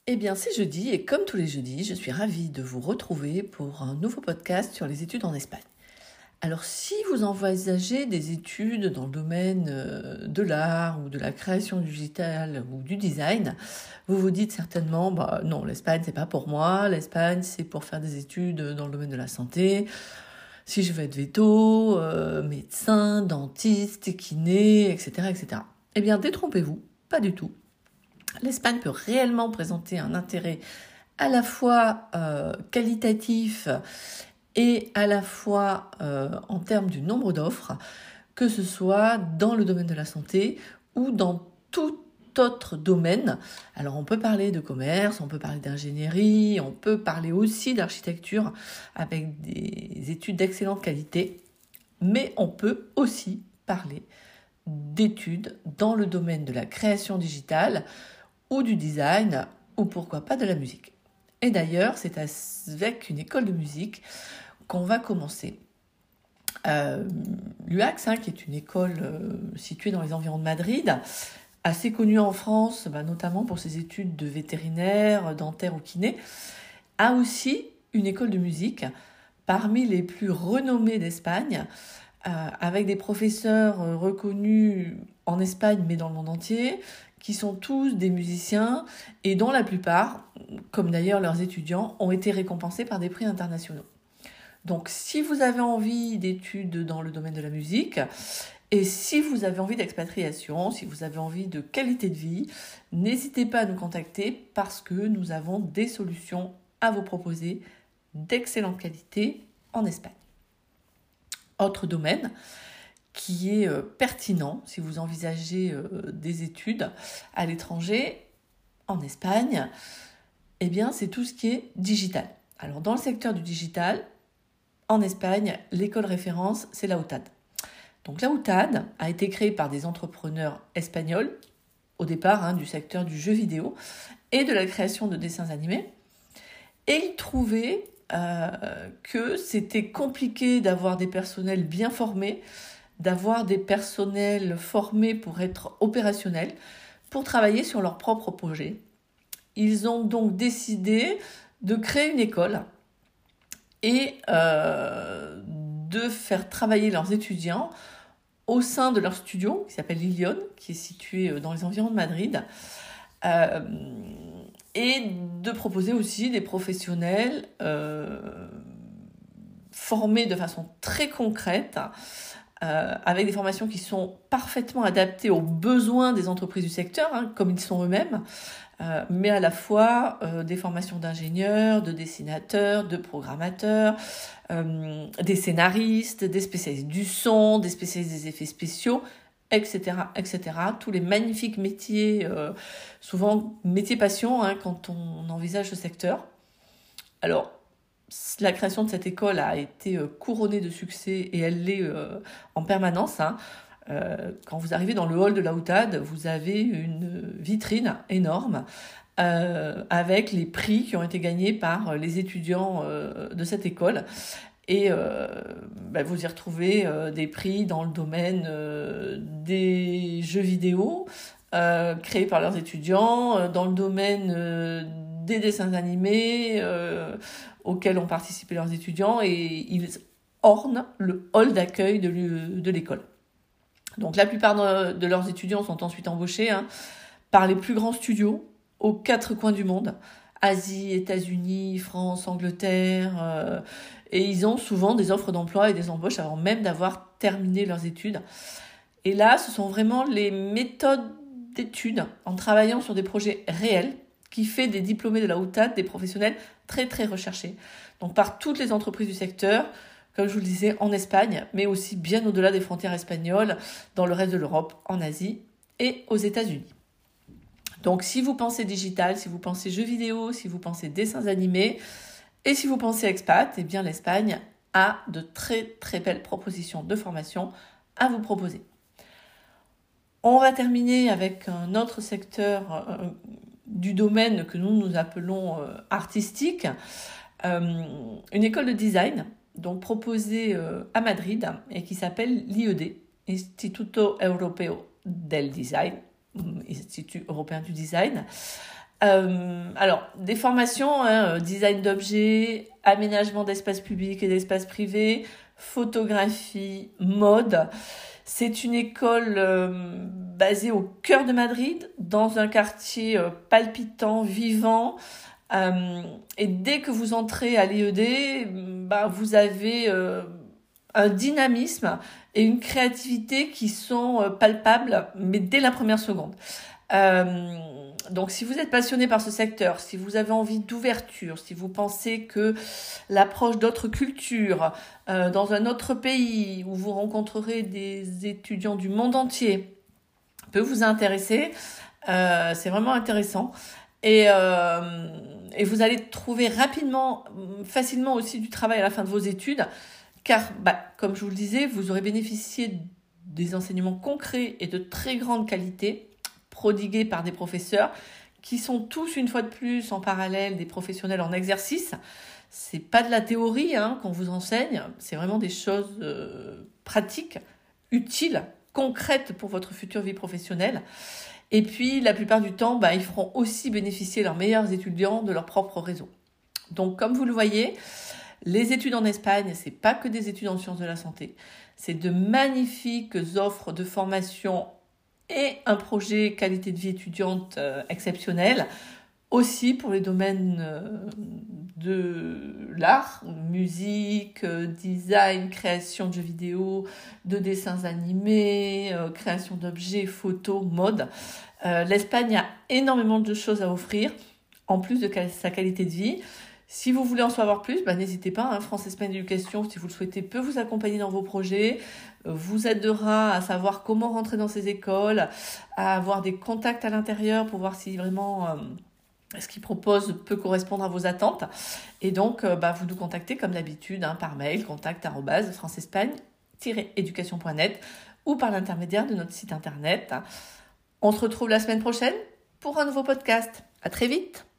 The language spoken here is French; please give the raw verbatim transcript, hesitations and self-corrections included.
Eh bien, c'est jeudi et comme tous les jeudis, je suis ravie de vous retrouver pour un nouveau podcast sur les études en Espagne. Alors, si vous envisagez des études dans le domaine euh, de l'art ou de la création digitale ou du design, vous vous dites certainement, bah non, l'Espagne c'est pas pour moi, l'Espagne c'est pour faire des études dans le domaine de la santé. Si je veux être véto, euh, médecin, dentiste, kiné, et cetera, et cetera. Eh bien, détrompez-vous, pas du tout. L'Espagne peut réellement présenter un intérêt à la fois euh, qualitatif et à la fois euh, en termes du nombre d'offres, que ce soit dans le domaine de la santé ou dans tout autre domaine. Alors on peut parler de commerce, on peut parler d'ingénierie, on peut parler aussi d'architecture avec des études d'excellente qualité, mais on peut aussi parler d'études dans le domaine de la création digitale ou du design, ou pourquoi pas de la musique. Et d'ailleurs, c'est avec une école de musique qu'on va commencer. Euh, L'U A X, hein, qui est une école euh, située dans les environs de Madrid, assez connue en France, bah, notamment pour ses études de vétérinaire, dentaire ou kiné, a aussi une école de musique parmi les plus renommées d'Espagne, euh, avec des professeurs euh, reconnus en Espagne mais dans le monde entier, qui sont tous des musiciens et dont la plupart, comme d'ailleurs leurs étudiants, ont été récompensés par des prix internationaux. Donc si vous avez envie d'études dans le domaine de la musique, et si vous avez envie d'expatriation, si vous avez envie de qualité de vie, n'hésitez pas à nous contacter parce que nous avons des solutions à vous proposer d'excellente qualité en Espagne. Autre domaine qui est euh, pertinent si vous envisagez euh, des études à l'étranger, en Espagne, eh bien, c'est tout ce qui est digital. Alors, dans le secteur du digital, en Espagne, l'école référence, c'est la U T A D. Donc, la U T A D a été créée par des entrepreneurs espagnols, au départ hein, du secteur du jeu vidéo et de la création de dessins animés. Et ils trouvaient euh, que c'était compliqué d'avoir des personnels bien formés, d'avoir des personnels formés pour être opérationnels, pour travailler sur leur propre projet. Ils ont donc décidé de créer une école et euh, de faire travailler leurs étudiants au sein de leur studio, qui s'appelle Lilion, qui est situé dans les environs de Madrid, euh, et de proposer aussi des professionnels euh, formés de façon très concrète, Euh, avec des formations qui sont parfaitement adaptées aux besoins des entreprises du secteur, hein, comme ils sont eux-mêmes, euh, mais à la fois euh, des formations d'ingénieurs, de dessinateurs, de programmateurs, euh, des scénaristes, des spécialistes du son, des spécialistes des effets spéciaux, et cetera, et cetera. Tous les magnifiques métiers, euh, souvent métiers passion, hein, quand on envisage ce secteur. Alors, la création de cette école a été couronnée de succès et elle l'est euh, en permanence. Hein. Euh, quand vous arrivez dans le hall de la U T A D, vous avez une vitrine énorme euh, avec les prix qui ont été gagnés par les étudiants euh, de cette école. Et euh, bah, vous y retrouvez euh, des prix dans le domaine euh, des jeux vidéo euh, créés par leurs étudiants, euh, dans le domaine euh, des dessins animés euh, auxquels ont participé leurs étudiants, et ils ornent le hall d'accueil de, de l'école. Donc la plupart de, de leurs étudiants sont ensuite embauchés hein, par les plus grands studios aux quatre coins du monde, Asie, États-Unis, France, Angleterre, euh, et ils ont souvent des offres d'emploi et des embauches avant même d'avoir terminé leurs études. Et là, ce sont vraiment les méthodes d'études en travaillant sur des projets réels qui fait des diplômés de la U T A D des professionnels très très recherchés. Donc par toutes les entreprises du secteur, comme je vous le disais, en Espagne, mais aussi bien au-delà des frontières espagnoles, dans le reste de l'Europe, en Asie et aux États-Unis. Donc si vous pensez digital, si vous pensez jeux vidéo, si vous pensez dessins animés, et si vous pensez expat, eh bien l'Espagne a de très très belles propositions de formation à vous proposer. On va terminer avec un autre secteur euh, du domaine que nous nous appelons euh, artistique, euh, une école de design donc proposée euh, à Madrid et qui s'appelle l'I E D, Instituto Europeo del Design, Institut européen du design, Euh, alors, des formations, hein, design d'objets, aménagement d'espaces publics et d'espaces privés, photographie, mode. C'est une école euh, basée au cœur de Madrid, dans un quartier euh, palpitant, vivant. Euh, et dès que vous entrez à l'I E D, bah, vous avez euh, un dynamisme et une créativité qui sont euh, palpables, mais dès la première seconde. Euh, donc si vous êtes passionné par ce secteur, si vous avez envie d'ouverture, si vous pensez que l'approche d'autres cultures, euh, dans un autre pays où vous rencontrerez des étudiants du monde entier, peut vous intéresser, euh, c'est vraiment intéressant. Et, euh, et vous allez trouver rapidement, facilement aussi du travail à la fin de vos études, car, bah, comme je vous le disais, vous aurez bénéficié des enseignements concrets et de très grande qualité, prodigués par des professeurs qui sont tous, une fois de plus, en parallèle des professionnels en exercice. C'est pas de la théorie hein, qu'on vous enseigne, c'est vraiment des choses euh, pratiques, utiles, concrètes pour votre future vie professionnelle. Et puis, la plupart du temps, bah, ils feront aussi bénéficier leurs meilleurs étudiants de leur propre réseau. Donc, comme vous le voyez, les études en Espagne, c'est pas que des études en sciences de la santé, c'est de magnifiques offres de formation et un projet qualité de vie étudiante euh, exceptionnel, aussi pour les domaines euh, de l'art, musique, euh, design, création de jeux vidéo, de dessins animés, euh, création d'objets, photos, mode. Euh, L'Espagne a énormément de choses à offrir, en plus de sa qualité de vie. Si vous voulez en savoir plus, bah, n'hésitez pas. Hein, France-Espagne Éducation, si vous le souhaitez, peut vous accompagner dans vos projets, euh, vous aidera à savoir comment rentrer dans ces écoles, à avoir des contacts à l'intérieur pour voir si vraiment euh, ce qu'ils proposent peut correspondre à vos attentes. Et donc, euh, bah, vous nous contactez comme d'habitude hein, par mail, contact arobase francespagne tiret éducation point net ou par l'intermédiaire de notre site internet. On se retrouve la semaine prochaine pour un nouveau podcast. À très vite.